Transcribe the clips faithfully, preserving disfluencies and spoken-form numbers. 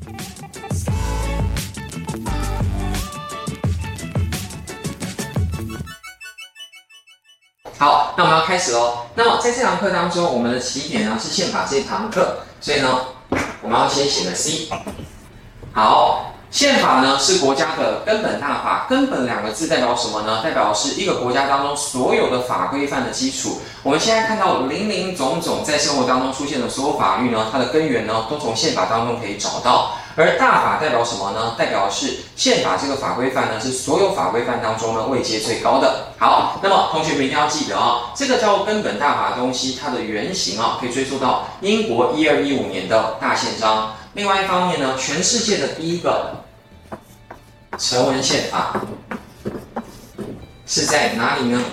好，那我们要开始喽。那么在这堂课当中，我们的起点呢是宪法这一堂课，所以呢，我们要先写个 C。好，宪法呢是国家的根本大法，根本两个字代表什么呢？代表是一个国家当中所有的法规范的基础。我们现在看到林林总总在生活当中出现的所有法律呢，它的根源呢都从宪法当中可以找到。而大法代表什么呢？代表的是宪法这个法规范呢，是所有法规范当中呢位阶最高的。好，那么同学们一定要记得啊、哦，这个叫做根本大法的东西，它的原型啊，可以追溯到英国一二一五年的大宪章。另外一方面呢，全世界的第一个成文宪法是在哪里呢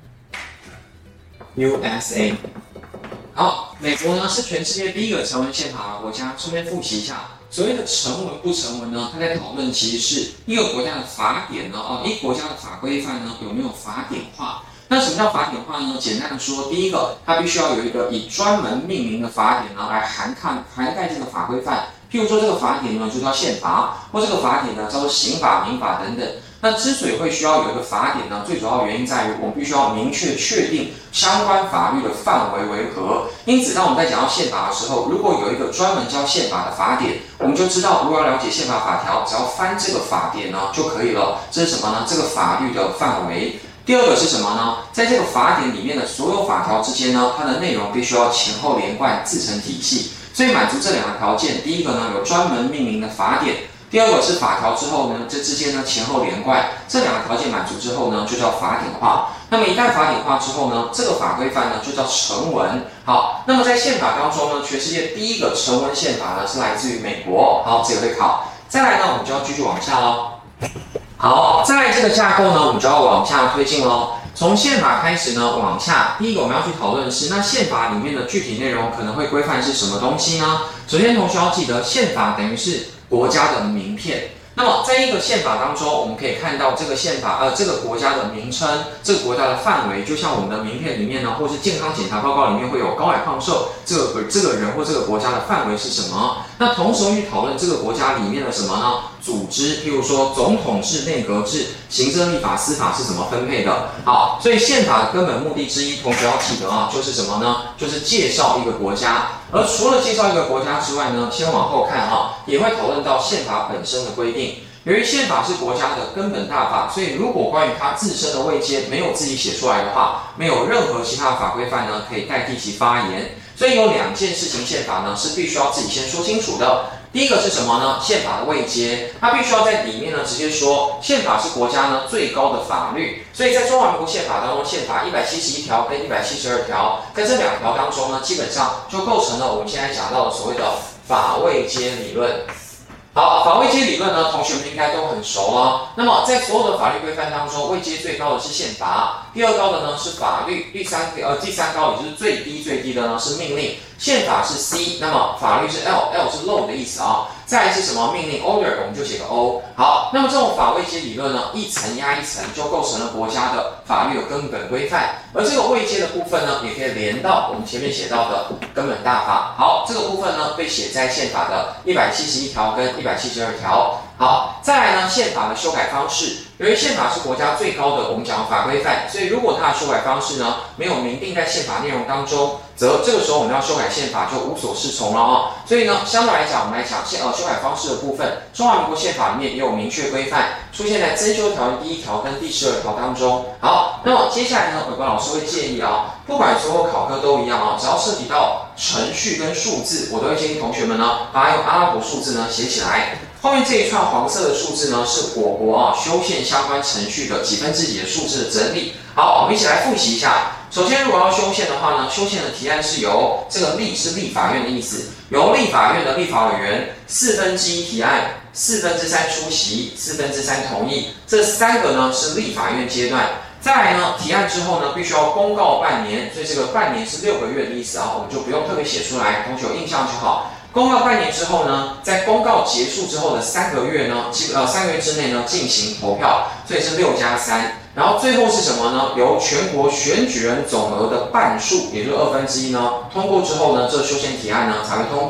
？U S A。好，美国呢是全世界第一个成文宪法的国家。顺便复习一下。所谓的成文不成文呢，它在讨论其实是一个国家的法典呢，哦，一个国家的法规范呢有没有法典化？那什么叫法典化呢？简单的说，第一个，它必须要有一个以专门命名的法典呢来涵盖涵盖这个法规范。譬如说，这个法典呢就叫宪法，或这个法典呢叫做刑法、民法等等。那之所以会需要有一个法典呢，最主要原因在于我们必须要明确确定相关法律的范围为何。因此，当我们在讲到宪法的时候，如果有一个专门教宪法的法典，我们就知道如果要了解宪法法条，只要翻这个法典呢就可以了。这是什么呢？这个法律的范围。第二个是什么呢？在这个法典里面的所有法条之间呢，它的内容必须要前后连贯，自成体系。所以满足这两个条件，第一个呢有专门命名的法典。第二个是法条之后呢，这之间呢前后连贯，这两个条件满足之后呢，就叫法典化。那么一旦法典化之后呢，这个法规范呢就叫成文。好，那么在宪法当中呢，全世界第一个成文宪法呢是来自于美国。好，这个会考。再来呢，我们就要继续往下喽。好，再来这个架构呢，我们就要往下推进喽。从宪法开始呢，往下，第一个我们要去讨论的是，那宪法里面的具体内容可能会规范是什么东西呢？首先，同学要记得，宪法等于是国家的名片。那么，在一个宪法当中，我们可以看到这个宪法，呃，这个国家的名称，这个国家的范围，就像我们的名片里面呢，或是健康检查报告里面会有高矮胖瘦，这个这个人或这个国家的范围是什么？那同时会去讨论这个国家里面的什么呢？组织，譬如说总统制、内阁制、行政、立法、司法是怎么分配的？好，所以宪法的根本目的之一，同学要记得啊，就是什么呢？就是介绍一个国家。而除了介绍一个国家之外呢，先往后看啊，也会讨论到宪法本身的规定。由于宪法是国家的根本大法，所以如果关于它自身的位阶没有自己写出来的话，没有任何其他的法规范呢可以代替其发言。所以有两件事情，宪法呢是必须要自己先说清楚的。第一个是什么呢？宪法的位阶，它必须要在里面呢直接说，宪法是国家呢最高的法律。所以在中华民国宪法当中，宪法一百七十一条跟一百七十二条，在这两条当中呢，基本上就构成了我们现在讲到的所谓的法位阶理论。好，法位阶理论呢，同学们应该都很熟了。那么在所有的法律规范当中，位阶最高的是宪法，第二高的呢是法律，第三呃第三高也就是最低最低的呢是命令。宪法是 C， 那么法律是 L，L 是 law 的意思啊。再来是什么命令 order， 我们就写个 O。好，那么这种法位阶理论呢，一层压一层，就构成了国家的法律的根本规范。而这个位阶的部分呢，也可以连到我们前面写到的根本大法。好，这个部分呢被写在宪法的一百七十一条跟一百七十二条。好，再来呢，宪法的修改方式。由于宪法是国家最高的我们讲的法规范，所以如果它的修改方式呢没有明定在宪法内容当中，则这个时候我们要修改宪法就无所适从了哦。所以呢，相对来讲，我们来讲宪呃修改方式的部分，中华民国宪法里面也有明确规范，出现在增修条文第一条跟第十二条当中。好，那么接下来呢，有关老师会建议啊，不管所有考科都一样啊，只要涉及到程序跟数字，我都会建议同学们呢，把它用阿拉伯数字呢写起来。后面这一串黄色的数字呢，是我国啊修宪相关程序的几分之几的数字的整理。好，我们一起来复习一下。首先，如果要修宪的话呢，修宪的提案是由这个立是立法院的意思，由立法院的立法委员四分之一提案，四分之三出席，四分之三同意，这三个呢是立法院阶段。再来呢，提案之后呢，必须要公告半年，所以这个半年是六个月的意思啊，我们就不用特别写出来，同学有印象就好。公告半年之后呢，在公告结束之后的三个月呢，基呃三个月之内呢进行投票，所以是六加三。然后最后是什么呢？由全国选举人总额的半数，也就是二分之一呢，通过之后呢，这修宪提案呢才会通过。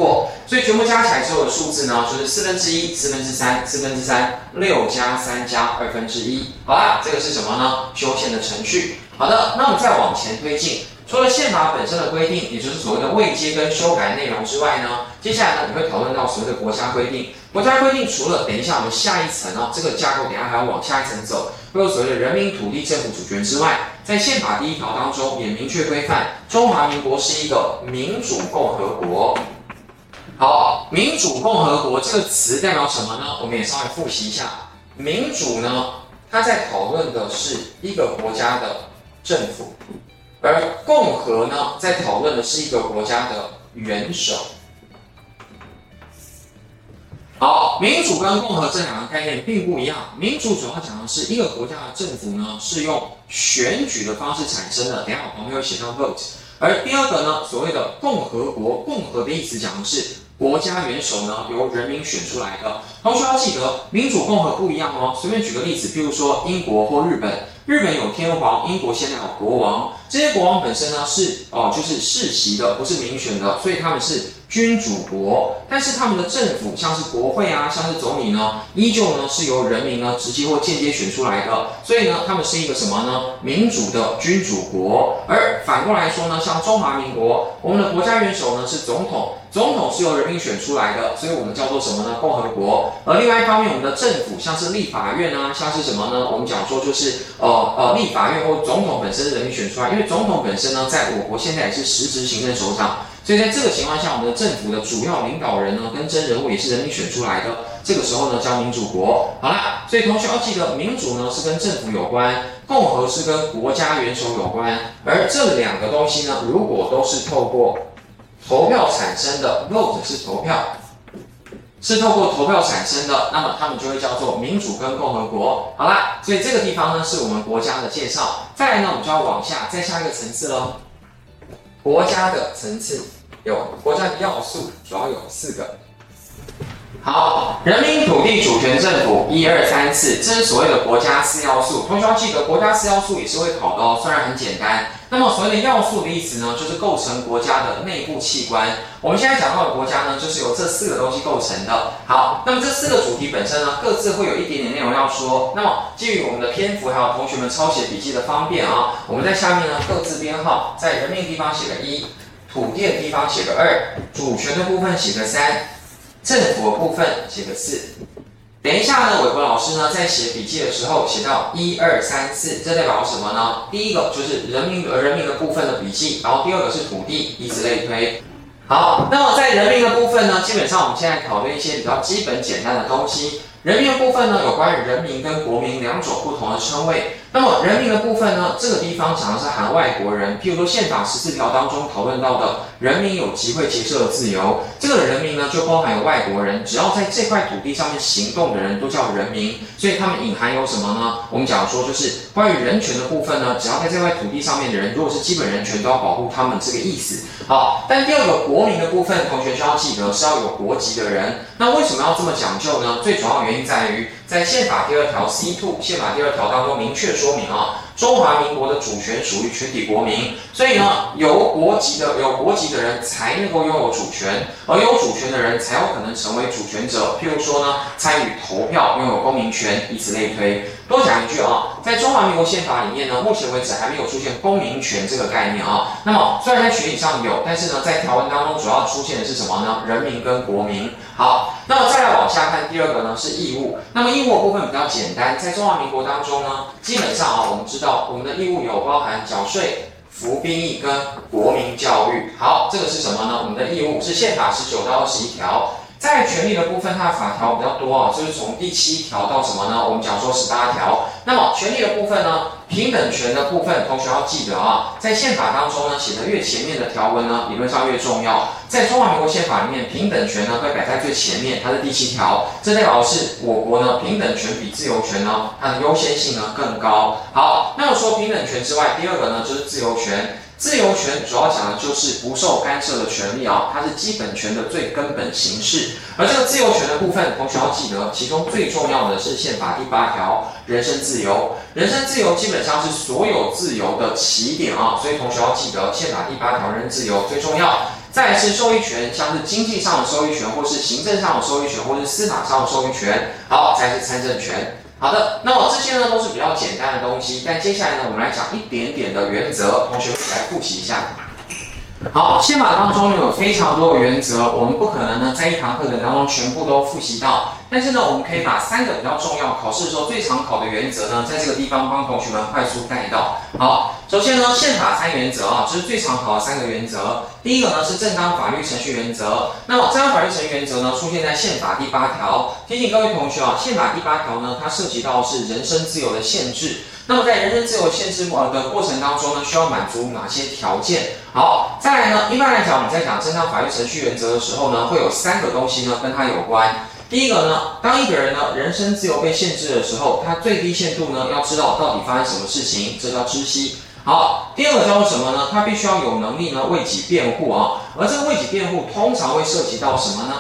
所以全部加起来之后的数字呢，就是四分之一、四分之三、四分之三、六加三加二分之一。好啦，这个是什么呢？修宪的程序。好的，那我们再往前推进。除了宪法本身的规定，也就是所谓的位阶跟修改内容之外呢，接下来呢，你会讨论到所谓的国家规定。国家规定除了等一下我们下一层哦，这个架构等一下还要往下一层走，会有所谓的人民、土地、政府主权之外，在宪法第一条当中也明确规范，中华民国是一个民主共和国。好，民主共和国这个词代表什么呢？我们也稍微复习一下。民主呢，它在讨论的是一个国家的政府。而共和呢，在讨论的是一个国家的元首。好，民主跟共和这两个概念并不一样。民主主要讲的是一个国家的政府呢，是用选举的方式产生的。等一下我旁边会写上 vote。而第二个呢，所谓的共和国，共和的意思讲的是国家元首呢由人民选出来的。同学要记得，民主共和不一样哦。随便举个例子，譬如说英国或日本。日本有天皇，英国现在有国王，这些国王本身呢是哦、呃、就是世袭的，不是民选的，所以他们是君主国。但是他们的政府，像是国会啊，像是总理呢，依旧呢是由人民呢直接或间接选出来的。所以呢，他们是一个什么呢？民主的君主国。而反过来说呢，像中华民国，我们的国家元首呢是总统。总统是由人民选出来的，所以我们叫做什么呢？共和国。而另外一方面，我们的政府像是立法院啊，像是什么呢？我们讲说就是呃呃立法院或总统本身是人民选出来，因为总统本身呢，在我国现在也是实职行政首长，所以在这个情况下，我们的政府的主要领导人呢，跟真人物也是人民选出来的。这个时候呢，叫民主国。好啦，所以同学要记得，民主呢是跟政府有关，共和是跟国家元首有关。而这两个东西呢，如果都是透过投票产生的 vote 是投票，是透过投票产生的，那么他们就会叫做民主跟共和国。好啦，所以这个地方呢是我们国家的介绍。再来呢，我们就要往下，再下一个层次咯。国家的层次有国家的要素，主要有四个。好，人民、土地、主权、政府，一二三四，这是所谓的国家四要素。同学要记得，国家四要素也是会考的哦，虽然很简单。那么所谓的要素的意思呢，就是构成国家的内部器官。我们现在讲到的国家呢，就是由这四个东西构成的。好，那么这四个主题本身呢，各自会有一点点内容要说。那么基于我们的篇幅还有同学们抄写笔记的方便啊，我们在下面呢各自编号，在人民的地方写个一，土地的地方写个二，主权的部分写个三。政府的部分写个四。等一下呢，伟国老师呢在写笔记的时候写到一二三四，这代表什么呢？第一个就是人民呃人民的部分的笔记，然后第二个是土地，以此类推。好，那么在人民的部分呢，基本上我们现在讨论一些比较基本简单的东西。人民的部分呢，有关于人民跟国民两种不同的称谓。那么人民的部分呢，这个地方讲的是含外国人，譬如说宪法十四条当中讨论到的人民有集会结社的自由，这个人民呢就包含有外国人，只要在这块土地上面行动的人都叫人民，所以他们隐含有什么呢？我们讲说就是关于人权的部分呢，只要在这块土地上面的人，如果是基本人权，都要保护他们，这个意思。好，但第二个国民的部分，同学需要记得是要有国籍的人。那为什么要这么讲究呢？最主要原因在于，在宪法第二条 C 二 宪法第二条当中明确说明啊，中华民国的主权属于全体国民，所以呢，有国籍的有国籍的人才能够拥有主权，而有主权的人才有可能成为主权者。譬如说呢，参与投票，拥有公民权，以此类推。多讲一句啊，在中华民国宪法里面呢，目前为止还没有出现公民权这个概念啊。那么虽然在学理上有，但是呢，在条文当中主要出现的是什么呢？人民跟国民。好，那么再来往下看，第二个呢是义务。那么义务的部分比较简单，在中华民国当中呢，基本上啊，我们知道我们的义务有包含缴税、服兵役跟国民教育。好，这个是什么呢？我们的义务是宪法十九到二十一条。在权利的部分，它的法条比较多啊，就是从第七条到什么呢？我们讲说十八条。那么权利的部分呢，平等权的部分，同学要记得啊，在宪法当中呢，写的越前面的条文呢，理论上越重要。在中华民国宪法里面，平等权呢会摆在最前面，它是第七条，这代表的是我国呢平等权比自由权呢，它的优先性呢更高。好，那么说平等权之外，第二个呢就是自由权。自由权主要讲的就是不受干涉的权利啊，它是基本权的最根本形式。而这个自由权的部分，同学要记得，其中最重要的是宪法第八条人身自由。人身自由基本上是所有自由的起点啊，所以同学要记得宪法第八条人身自由最重要。 再来是受益权，像是经济上的受益权，或是行政上的受益权，或是司法上的受益权。好，再来是参政权。好的，那么这些呢都是比较简单的东西，但接下来呢，我们来讲一点点的原则，同学们一起来复习一下。好，宪法当中呢有非常多的原则，我们不可能呢在一堂课程当中全部都复习到，但是呢，我们可以把三个比较重要、考试的时候最常考的原则呢，在这个地方帮同学们快速带到。好，首先呢，宪法三原则啊，这是最常考的三个原则。第一个呢是正当法律程序原则，那么正当法律程序原则呢出现在宪法第八条。提醒各位同学啊，宪法第八条呢，它涉及到是人身自由的限制。那么在人身自由限制的过程当中呢，需要满足哪些条件？好，再来呢，一般来讲，我们在讲正当法律程序原则的时候呢，会有三个东西呢跟它有关。第一个呢，当一个人呢人身自由被限制的时候，他最低限度呢要知道到底发生什么事情，这叫知悉。好，第二个叫做什么呢？他必须要有能力呢为己辩护啊，而这个为己辩护通常会涉及到什么呢？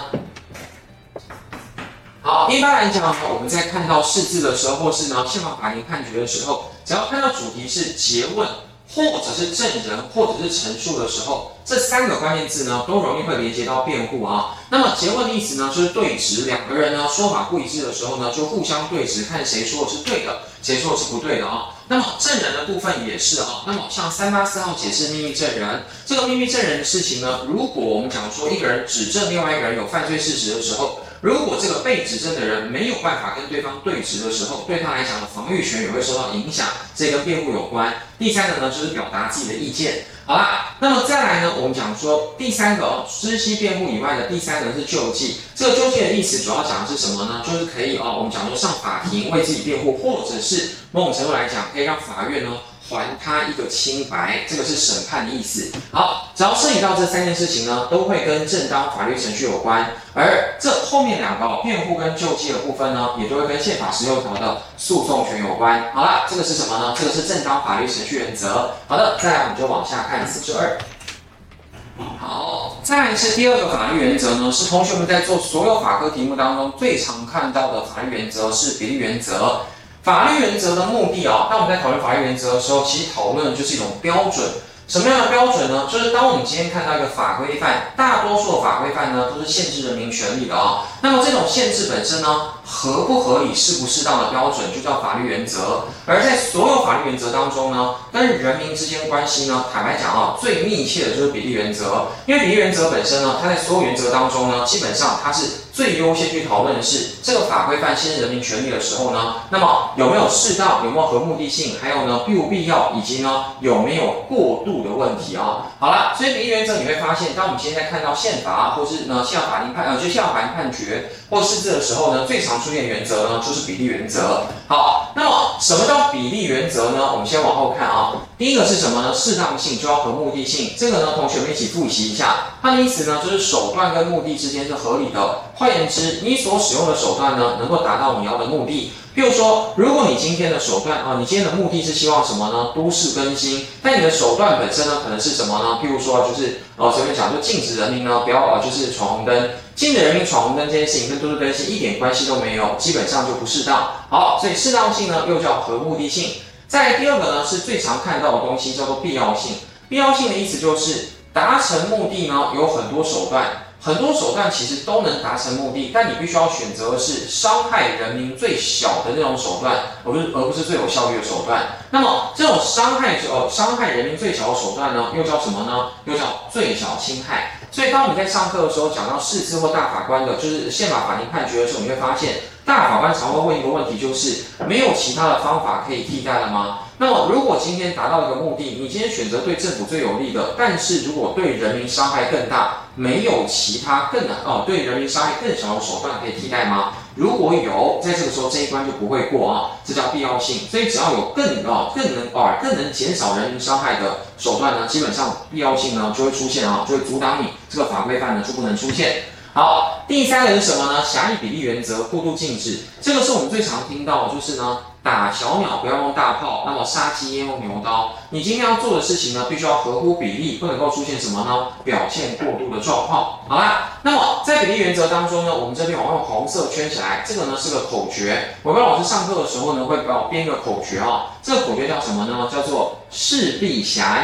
好，一般来讲呢，我们在看到释字的时候，或是呢宪法法庭判决的时候，只要看到主题是诘问，或者是证人，或者是陈述的时候，这三个关键字呢，都容易会连接到辩护啊。那么诘问的意思呢，就是对质，两个人呢说法不一致的时候呢，就互相对质，看谁说的是对的，谁说的是不对的啊。那么证人的部分也是啊。那么像三八四号解释秘密证人，这个秘密证人的事情呢，如果我们讲说一个人指证另外一个人有犯罪事实的时候，如果这个被指证的人没有办法跟对方对质的时候，对他来讲的防御权也会受到影响，这跟辩护有关。第三个呢，就是表达自己的意见。好啦，那么再来呢，我们讲说第三个哦，知悉辩护以外的第三个是救济。这个救济的意思主要讲的是什么呢？就是可以哦，我们讲说上法庭为自己辩护，或者是某种程度来讲，可以让法院呢还他一个清白，这个是审判的意思。好，只要涉及到这三件事情呢，都会跟正当法律程序有关。而这后面两个、哦、辩护跟救济的部分呢，也都会跟宪法十六条的诉讼权有关。好了，这个是什么呢？这个是正当法律程序原则。好的，再来我们就往下看四十二。好，再来是第二个法律原则呢，是同学们在做所有法科题目当中最常看到的法律原则，是比例原则。法律原则的目的啊，当我们在讨论法律原则的时候，其实讨论的就是一种标准。什么样的标准呢？就是当我们今天看到一个法规范，大多数的法规范呢都是限制人民权利的啊。那么这种限制本身呢，合不合理、适不适当的标准，就叫法律原则。而在所有法律原则当中呢，跟人民之间关系呢，坦白讲啊，最密切的就是比例原则。因为比例原则本身呢，它在所有原则当中呢，基本上它是最优先去讨论的是这个法规范限制人民权利的时候呢，那么有没有适当，有没有合目的性，还有呢必不必要，以及呢有没有过度的问题啊。好了，所以比例原则你会发现，当我们今天在看到宪法，或是呢宪法法庭判呃就宪法法庭判决或释字的时候呢，最常出现的原则呢就是比例原则。好，那么什么叫比例原则呢？我们先往后看啊。第一个是什么呢？适当性就要合目的性。这个呢，同学们一起复习一下。它的意思呢，就是手段跟目的之间是合理的。换言之，你所使用的手段呢，能够达到你要的目的。譬如说，如果你今天的手段啊，你今天的目的是希望什么呢？都市更新，但你的手段本身呢，可能是什么呢？譬如说，就是呃，随便讲，就禁止人民呢不要呃，就是闯红灯。禁止人民闯红灯这件事情跟都市更新一点关系都没有，基本上就不适当。好，所以适当性呢，又叫合目的性。再来第二个呢，是最常看到的东西，叫做必要性。必要性的意思就是达成目的呢，有很多手段。很多手段其实都能达成目的，但你必须要选择的是伤害人民最小的那种手段，而不是而不是最有效率的手段。那么这种伤害呃伤害人民最小的手段呢，又叫什么呢？又叫最小侵害。所以当我们在上课的时候讲到释字或大法官的，就是宪法法庭判决的时候，你会发现大法官常会问一个问题，就是没有其他的方法可以替代了吗？那么如果今天达到一个目的，你今天选择对政府最有利的，但是如果对人民伤害更大，没有其他更难哦对人民伤害更小的手段可以替代吗？如果有，在这个时候这一关就不会过啊，这叫必要性。所以只要有更哦更能哦更能减少人民伤害的手段呢，基本上必要性呢就会出现啊，就会阻挡你这个法规范呢就不能出现。好，第三个是什么呢？狭义比例原则，过度禁止。这个是我们最常听到的，就是呢，打小鸟不要用大炮，那么杀鸡要用牛刀。你今天要做的事情呢，必须要合乎比例，不能够出现什么呢？表现过度的状况。好啦，那么在比例原则当中呢，我们这边我用红色圈起来，这个呢是个口诀。我跟老师上课的时候呢，会帮我编一个口诀啊。这个口诀叫什么呢？叫做势必狭义。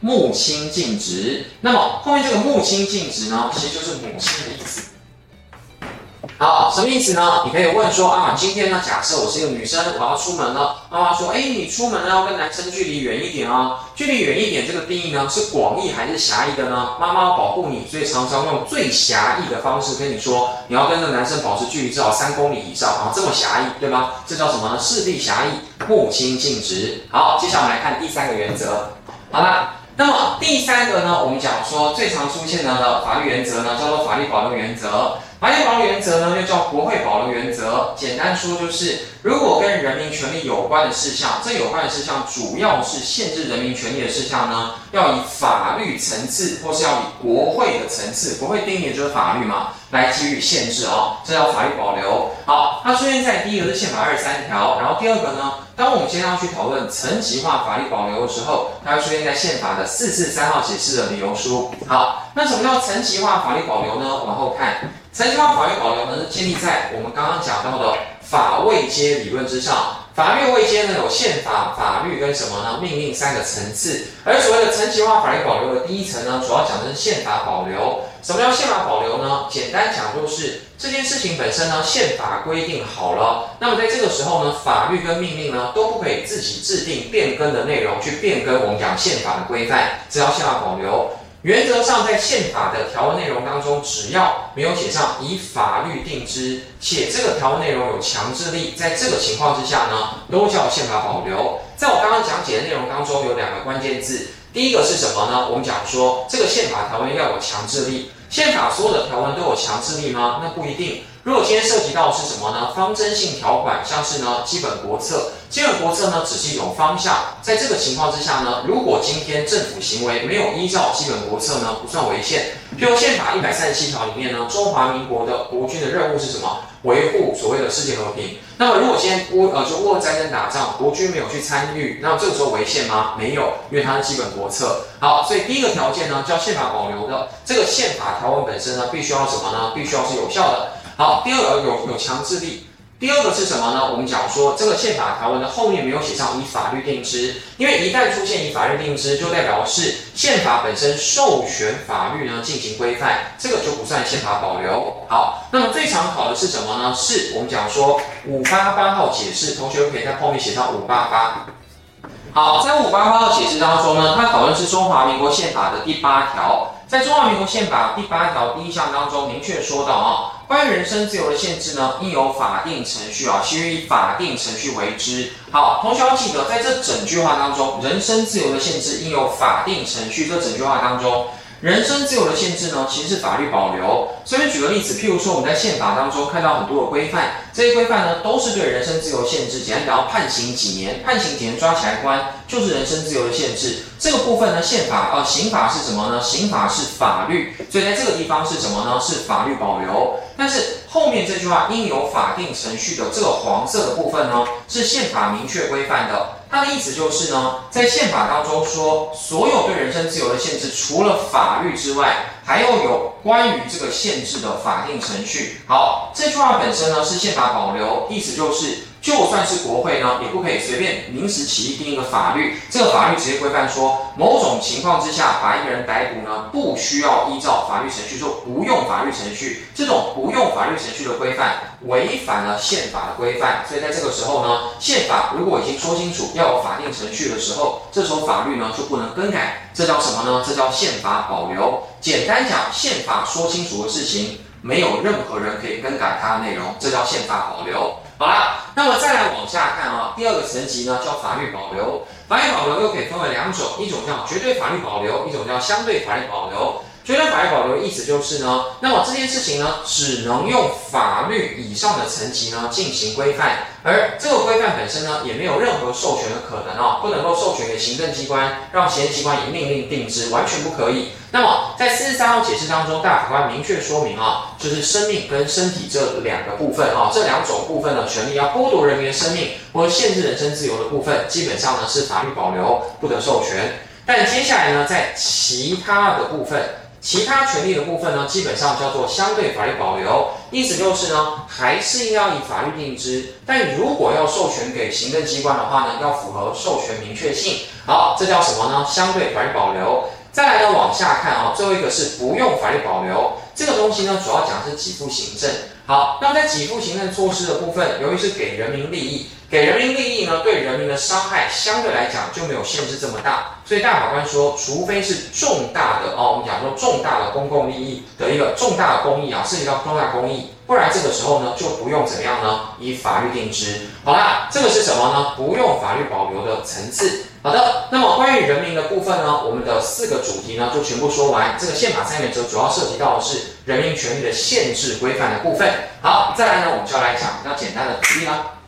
母亲尽职。那么后面这个母亲尽职呢，其实就是母亲的意思。好，什么意思呢？你可以问说啊，今天呢，假设我是一个女生，我要出门了，妈妈说，哎，你出门呢要跟男生距离远一点啊。距离远一点这个定义呢，是广义还是狭义的呢？妈妈要保护你，所以常常用最狭义的方式跟你说，你要跟这个男生保持距离至少三公里以上啊，这么狭义，对吧？这叫什么呢？势必狭义，母亲尽职。好，接下来我们来看第三个原则。好啦。那么第三个呢，我们讲说最常出现的法律原则呢，叫做法律保留原则。法律保留原则呢，又叫国会保留原则。简单说就是，如果跟人民权利有关的事项，这有关的事项主要是限制人民权利的事项呢，要以法律层次，或是要以国会的层次，国会定义的就是法律嘛，来给予限制哦，这叫法律保留。好，它出现在第一个是宪法二十三条，然后第二个呢，当我们今天要去讨论层级化法律保留的时候，它会出现在宪法的四四三号解释的理由书。好，那什么叫层级化法律保留呢？往后看。层级化法律保留呢，是建立在我们刚刚讲到的法位阶理论之上。法律位阶呢，有宪法、法律跟什么呢？命令三个层次。而所谓的层级化法律保留的第一层呢，主要讲的是宪法保留。什么叫宪法保留呢？简单讲就是这件事情本身呢，宪法规定好了，那么在这个时候呢，法律跟命令呢都不可以自己制定变更的内容去变更我们讲宪法的规范，这叫宪法保留。原则上，在宪法的条文内容当中，只要没有写上以法律定之，且这个条文内容有强制力，在这个情况之下呢，都叫宪法保留。在我刚刚讲解的内容当中，有两个关键字，第一个是什么呢？我们讲说这个宪法条文要有强制力。宪法所有的条文都有强制力吗？那不一定。如果今天涉及到的是什么呢？方针性条款，像是呢基本国策，基本国策呢只是一种方向。在这个情况之下呢，如果今天政府行为没有依照基本国策呢，不算违宪。譬如宪法一百三十七条里面呢，中华民国的国军的任务是什么？维护所谓的世界和平。那么如果今天乌呃就乌俄战争打仗，国军没有去参与，那么这个时候违宪吗？没有，因为它是基本国策。好，所以第一个条件呢，叫宪法保留的这个宪法条文本身呢，必须要什么呢？必须要是有效的。好，第二个有有强制力。第二个是什么呢？我们讲说这个宪法条文的后面没有写上以法律定之，因为一旦出现以法律定之，就代表是宪法本身授权法律呢进行规范，这个就不算宪法保留。好，那么最常考的是什么呢？是我们讲说五八八号解释，同学可以在后面写上五八八。好，在五八八号解释当中呢，它讨论是中华民国宪法的第八条。在中华民国宪法第八条第一项当中明确说到啊，关于人身自由的限制呢，应有法定程序啊，须以法定程序为之。好，同学要记得，在这整句话当中，人身自由的限制应有法定程序。这整句话当中，人身自由的限制呢，其实是法律保留。随便举个例子，譬如说我们在宪法当中看到很多的规范，这些规范呢都是对人身自由限制。简单讲，判刑几年，判刑几年抓起来关，就是人身自由的限制。这个部分呢，宪法呃刑法是什么呢？刑法是法律，所以在这个地方是什么呢？是法律保留。但是后面这句话应有法定程序的这个黄色的部分呢，是宪法明确规范的。它的意思就是呢，在宪法当中说，所有对人身自由的限制，除了法律之外，还要有关于这个限制的法定程序。好，这句话本身呢是宪法保留，意思就是，就算是国会呢，也不可以随便临时起意定一个法律。这个法律直接规范说，某种情况之下把一个人逮捕呢，不需要依照法律程序，说不用法律程序。这种不用法律程序的规范，违反了宪法的规范。所以在这个时候呢，宪法如果已经说清楚要有法定程序的时候，这时候法律呢就不能更改。这叫什么呢？这叫宪法保留。简单讲，宪法说清楚的事情，没有任何人可以更改它的内容，这叫宪法保留。好啦，那么再来往下看啊，第二个层级呢叫法律保留。法律保留又可以分为两种，一种叫绝对法律保留，一种叫相对法律保留。绝对法律保留的意思就是呢，那么这件事情呢，只能用法律以上的层级呢进行规范，而这个规范本身呢，也没有任何授权的可能啊，不能够授权给行政机关，让行政机关以命令定之，完全不可以。那么在四十三号解释当中，大法官明确说明啊，就是生命跟身体这两个部分啊，这两种部分的权利要剥夺人民的生命或者限制人身自由的部分，基本上呢是法律保留，不得授权。但接下来呢，在其他的部分。其他权利的部分呢，基本上叫做相对法律保留， 意思就是呢，还是要以法律定之，但如果要授权给行政机关的话呢，要符合授权明确性。好，这叫什么呢？相对法律保留。再来呢，往下看啊，最后一个是不用法律保留。这个东西呢，主要讲的是给付行政。好，那么在给付行政措施的部分，由于是给人民利益，给人民利益呢，对人民的伤害相对来讲就没有限制这么大，所以大法官说，除非是重大的哦，我们讲说重大的公共利益的一个重大的公益啊，涉及到重大公益，不然这个时候呢，就不用怎么样呢？以法律定之。好啦，这个是什么呢？不用法律保留的层次。好的，那么关于人民的部分呢，我们的四个主题呢就全部说完。这个宪法三原则主要涉及到的是人民权利的限制规范的部分。好，再来呢，我们就要来讲比较简单的举例啦。